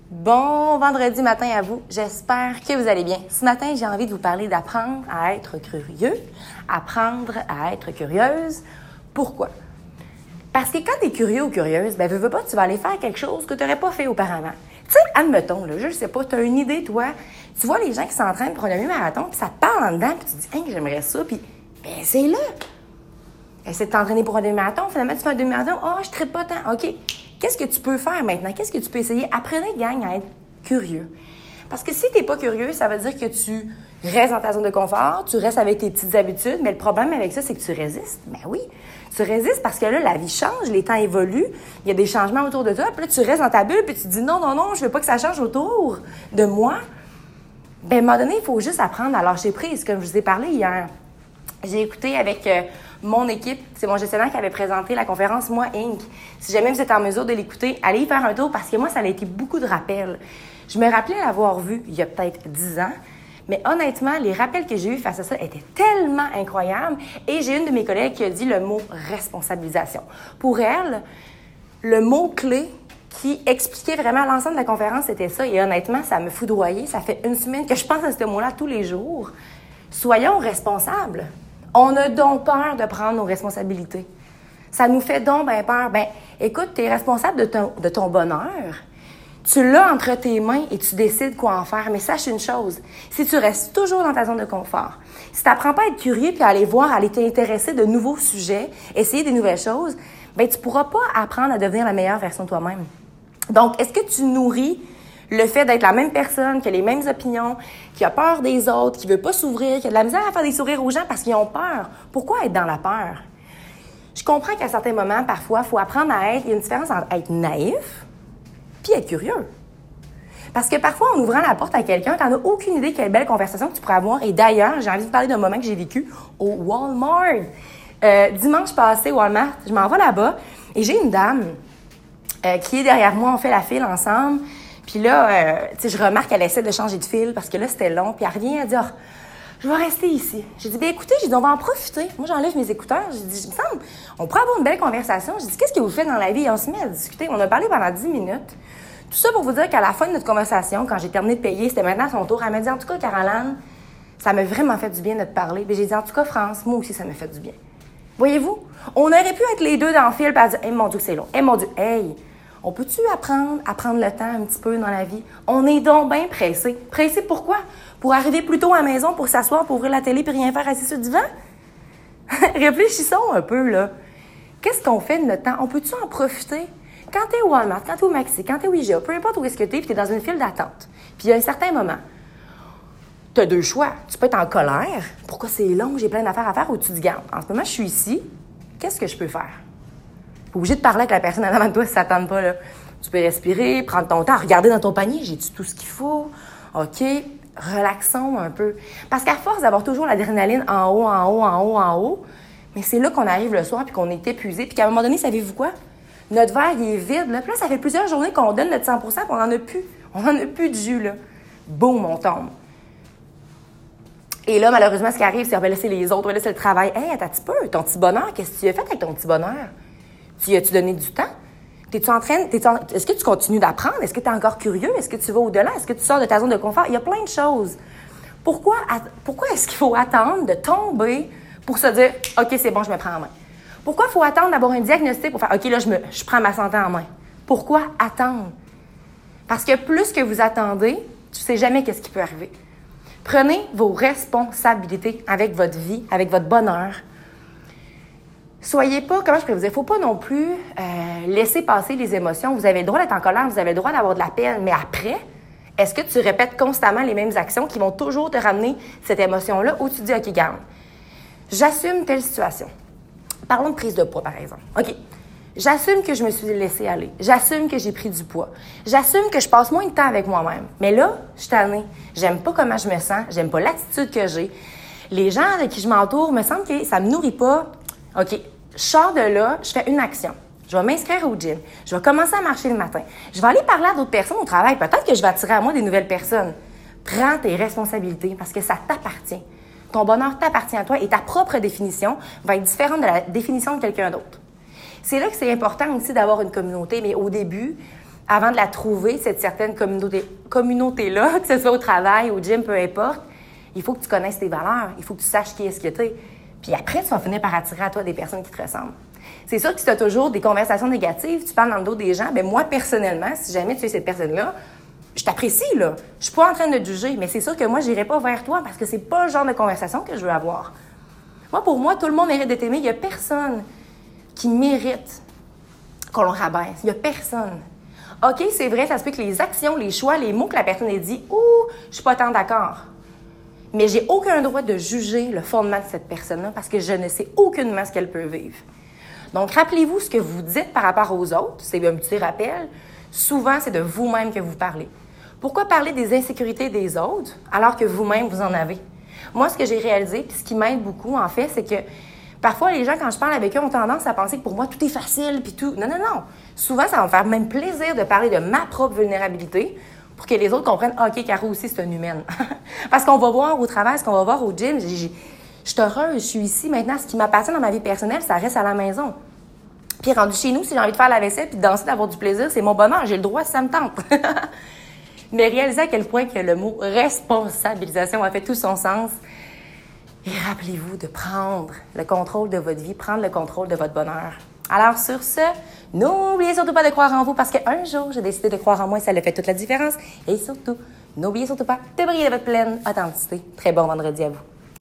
Bon vendredi matin à vous. J'espère que vous allez bien. Ce matin, j'ai envie de vous parler d'apprendre à être curieux, apprendre à être curieuse. Pourquoi? Parce que quand tu es curieux ou curieuse, veux pas, tu vas aller faire quelque chose que tu n'aurais pas fait auparavant. Tu sais, admettons, là, je sais pas, tu as une idée, toi, tu vois les gens qui s'entraînent pour un demi-marathon, puis ça te parle en dedans, puis tu te dis, hey, j'aimerais ça, puis c'est là. Essaie de t'entraîner pour un demi-marathon, finalement, tu fais un demi-marathon, je ne trippe pas tant. OK. Qu'est-ce que tu peux faire maintenant? Qu'est-ce que tu peux essayer? Apprenez, gang, à être curieux. Parce que si tu n'es pas curieux, ça veut dire que tu restes dans ta zone de confort, tu restes avec tes petites habitudes, mais le problème avec ça, c'est que tu résistes. Ben oui, tu résistes parce que là, la vie change, les temps évoluent, il y a des changements autour de toi, puis là, tu restes dans ta bulle, puis tu te dis non, je veux pas que ça change autour de moi. À un moment donné, il faut juste apprendre à lâcher prise, comme je vous ai parlé hier. J'ai écouté avec mon équipe, c'est mon gestionnaire qui avait présenté la conférence Moi Inc. Si jamais vous êtes en mesure de l'écouter, allez y faire un tour parce que moi, ça a été beaucoup de rappels. Je me rappelais l'avoir vu il y a peut-être 10 ans, mais honnêtement, les rappels que j'ai eus face à ça étaient tellement incroyables et j'ai une de mes collègues qui a dit le mot responsabilisation. Pour elle, le mot-clé qui expliquait vraiment l'ensemble de la conférence, c'était ça et honnêtement, ça me foudroyait. Ça fait une semaine que je pense à ce mot-là tous les jours. Soyons responsables. On a donc peur de prendre nos responsabilités. Ça nous fait donc bien peur. Écoute, tu es responsable de ton bonheur. Tu l'as entre tes mains et tu décides quoi en faire. Mais sache une chose, si tu restes toujours dans ta zone de confort, si tu n'apprends pas à être curieux puis à aller voir, à aller t'intéresser de nouveaux sujets, essayer des nouvelles choses, tu ne pourras pas apprendre à devenir la meilleure version de toi-même. Donc, est-ce que tu nourris le fait d'être la même personne, qui a les mêmes opinions, qui a peur des autres, qui veut pas s'ouvrir, qui a de la misère à faire des sourires aux gens parce qu'ils ont peur? Pourquoi être dans la peur? Je comprends qu'à certains moments, parfois, il faut apprendre à être... Il y a une différence entre être naïf puis être curieux. Parce que parfois, en ouvrant la porte à quelqu'un, tu n'en as aucune idée quelle belle conversation que tu pourrais avoir. Et d'ailleurs, j'ai envie de vous parler d'un moment que j'ai vécu au Walmart. Dimanche passé, Walmart, je m'en vais là-bas et j'ai une dame qui est derrière moi. On fait la file ensemble. Puis là, je remarque qu'elle essaie de changer de fil parce que là, c'était long. Puis elle revient, elle dit « je vais rester ici. » J'ai dit « écoutez, on va en profiter. » Moi, j'enlève mes écouteurs. J'ai dit « il me semble, on pourrait avoir une belle conversation. » J'ai dit « qu'est-ce que vous faites dans la vie? » Et on se met à discuter. On a parlé pendant 10 minutes. Tout ça pour vous dire qu'à la fin de notre conversation, quand j'ai terminé de payer, c'était maintenant son tour. Elle m'a dit « en tout cas, Caroline, ça m'a vraiment fait du bien de te parler. » Puis j'ai dit « en tout cas, France, moi aussi, ça m'a fait du bien. » Voyez-vous, on aurait pu être les deux dans le fil et dire « hey, mon Dieu, c'est long. Hey, mon Dieu, hey! » On peut-tu apprendre à prendre le temps un petit peu dans la vie? On est donc bien pressé. Pressé pourquoi? Pour arriver plus tôt à la maison, pour s'asseoir, pour ouvrir la télé et rien faire assis sur le divan? Réfléchissons un peu, là. Qu'est-ce qu'on fait de notre temps? On peut-tu en profiter? Quand tu es au Walmart, quand tu es au Maxi, quand tu es au IGA, peu importe où est-ce que tu es, puis tu es dans une file d'attente. Puis il y a un certain moment, tu as deux choix. Tu peux être en colère. Pourquoi c'est long? J'ai plein d'affaires à faire. Ou tu te dis, garde, en ce moment, je suis ici. Qu'est-ce que je peux faire? Tu es obligé de parler avec la personne en avant de toi si ça ne tente pas. Là. Tu peux respirer, prendre ton temps, regarder dans ton panier. J'ai-tu tout ce qu'il faut? OK, relaxons un peu. Parce qu'à force d'avoir toujours l'adrénaline en haut, mais c'est là qu'on arrive le soir puis qu'on est épuisé. Puis qu'à un moment donné, savez-vous quoi? Notre verre, il est vide. Là. Puis là, ça fait plusieurs journées qu'on donne notre 100 puis on n'en a plus. On n'en a plus de jus. Là. Boum, on tombe. Et là, malheureusement, ce qui arrive, c'est c'est les autres. Là, c'est le travail. Hey, attends un petit peu. Ton petit bonheur, qu'est-ce que tu as fait avec ton petit bonheur? Tu as-tu donné du temps? Est-ce que tu continues d'apprendre? Est-ce que tu es encore curieux? Est-ce que tu vas au-delà? Est-ce que tu sors de ta zone de confort? Il y a plein de choses. Pourquoi est-ce qu'il faut attendre de tomber pour se dire « OK, c'est bon, je me prends en main ». Pourquoi il faut attendre d'avoir un diagnostic pour faire « OK, là, je prends ma santé en main ». Pourquoi attendre? Parce que plus que vous attendez, tu ne sais jamais qu'est-ce qui peut arriver. Prenez vos responsabilités avec votre vie, avec votre bonheur. Soyez pas, comment je pourrais vous dire, il ne faut pas non plus laisser passer les émotions. Vous avez le droit d'être en colère, vous avez le droit d'avoir de la peine, mais après, est-ce que tu répètes constamment les mêmes actions qui vont toujours te ramener cette émotion-là ou tu te dis, OK, garde, j'assume telle situation. Parlons de prise de poids, par exemple. OK, j'assume que je me suis laissée aller. J'assume que j'ai pris du poids. J'assume que je passe moins de temps avec moi-même. Mais là, je suis tannée. J'aime pas comment je me sens. J'aime pas l'attitude que j'ai. Les gens avec qui je m'entoure, me semble que ça me nourrit pas. OK, je sors de là, je fais une action. Je vais m'inscrire au gym. Je vais commencer à marcher le matin. Je vais aller parler à d'autres personnes au travail. Peut-être que je vais attirer à moi des nouvelles personnes. Prends tes responsabilités parce que ça t'appartient. Ton bonheur t'appartient à toi et ta propre définition va être différente de la définition de quelqu'un d'autre. C'est là que c'est important aussi d'avoir une communauté, mais au début, avant de la trouver, cette certaine communauté-là, que ce soit au travail, au gym, peu importe, il faut que tu connaisses tes valeurs. Il faut que tu saches qui est-ce que tu es. Puis après, tu vas finir par attirer à toi des personnes qui te ressemblent. C'est sûr que si tu as toujours des conversations négatives, tu parles dans le dos des gens, bien moi, personnellement, si jamais tu es cette personne-là, je t'apprécie, là. Je suis pas en train de te juger, mais c'est sûr que moi, j'irai pas vers toi parce que c'est pas le genre de conversation que je veux avoir. Moi, pour moi, tout le monde mérite d'être aimé. Il y a personne qui mérite qu'on le rabaisse. Il y a personne. OK, c'est vrai, ça se peut que les actions, les choix, les mots que la personne ait dit, je suis pas tant d'accord. Mais j'ai aucun droit de juger le fondement de cette personne-là parce que je ne sais aucunement ce qu'elle peut vivre. Donc, rappelez-vous ce que vous dites par rapport aux autres. C'est un petit rappel. Souvent, c'est de vous-même que vous parlez. Pourquoi parler des insécurités des autres alors que vous-même, vous en avez? Moi, ce que j'ai réalisé, puis ce qui m'aide beaucoup, en fait, c'est que parfois, les gens, quand je parle avec eux, ont tendance à penser que pour moi, tout est facile, puis tout. Non, non, non. Souvent, ça va me faire même plaisir de parler de ma propre vulnérabilité pour que les autres comprennent, OK, Caro aussi, c'est une humaine. Parce qu'on va voir au travail, ce qu'on va voir au gym, je suis heureuse, je suis ici. Maintenant, ce qui m'appartient dans ma vie personnelle, ça reste à la maison. Puis rendu chez nous, si j'ai envie de faire la vaisselle puis de danser, d'avoir du plaisir, c'est mon bonheur. J'ai le droit si ça me tente. Mais réalisez à quel point que le mot responsabilisation a fait tout son sens. Et rappelez-vous de prendre le contrôle de votre vie, prendre le contrôle de votre bonheur. Alors sur ce, n'oubliez surtout pas de croire en vous parce qu'un jour, j'ai décidé de croire en moi et ça a fait toute la différence. Et surtout, n'oubliez surtout pas de briller de votre pleine authenticité. Très bon vendredi à vous.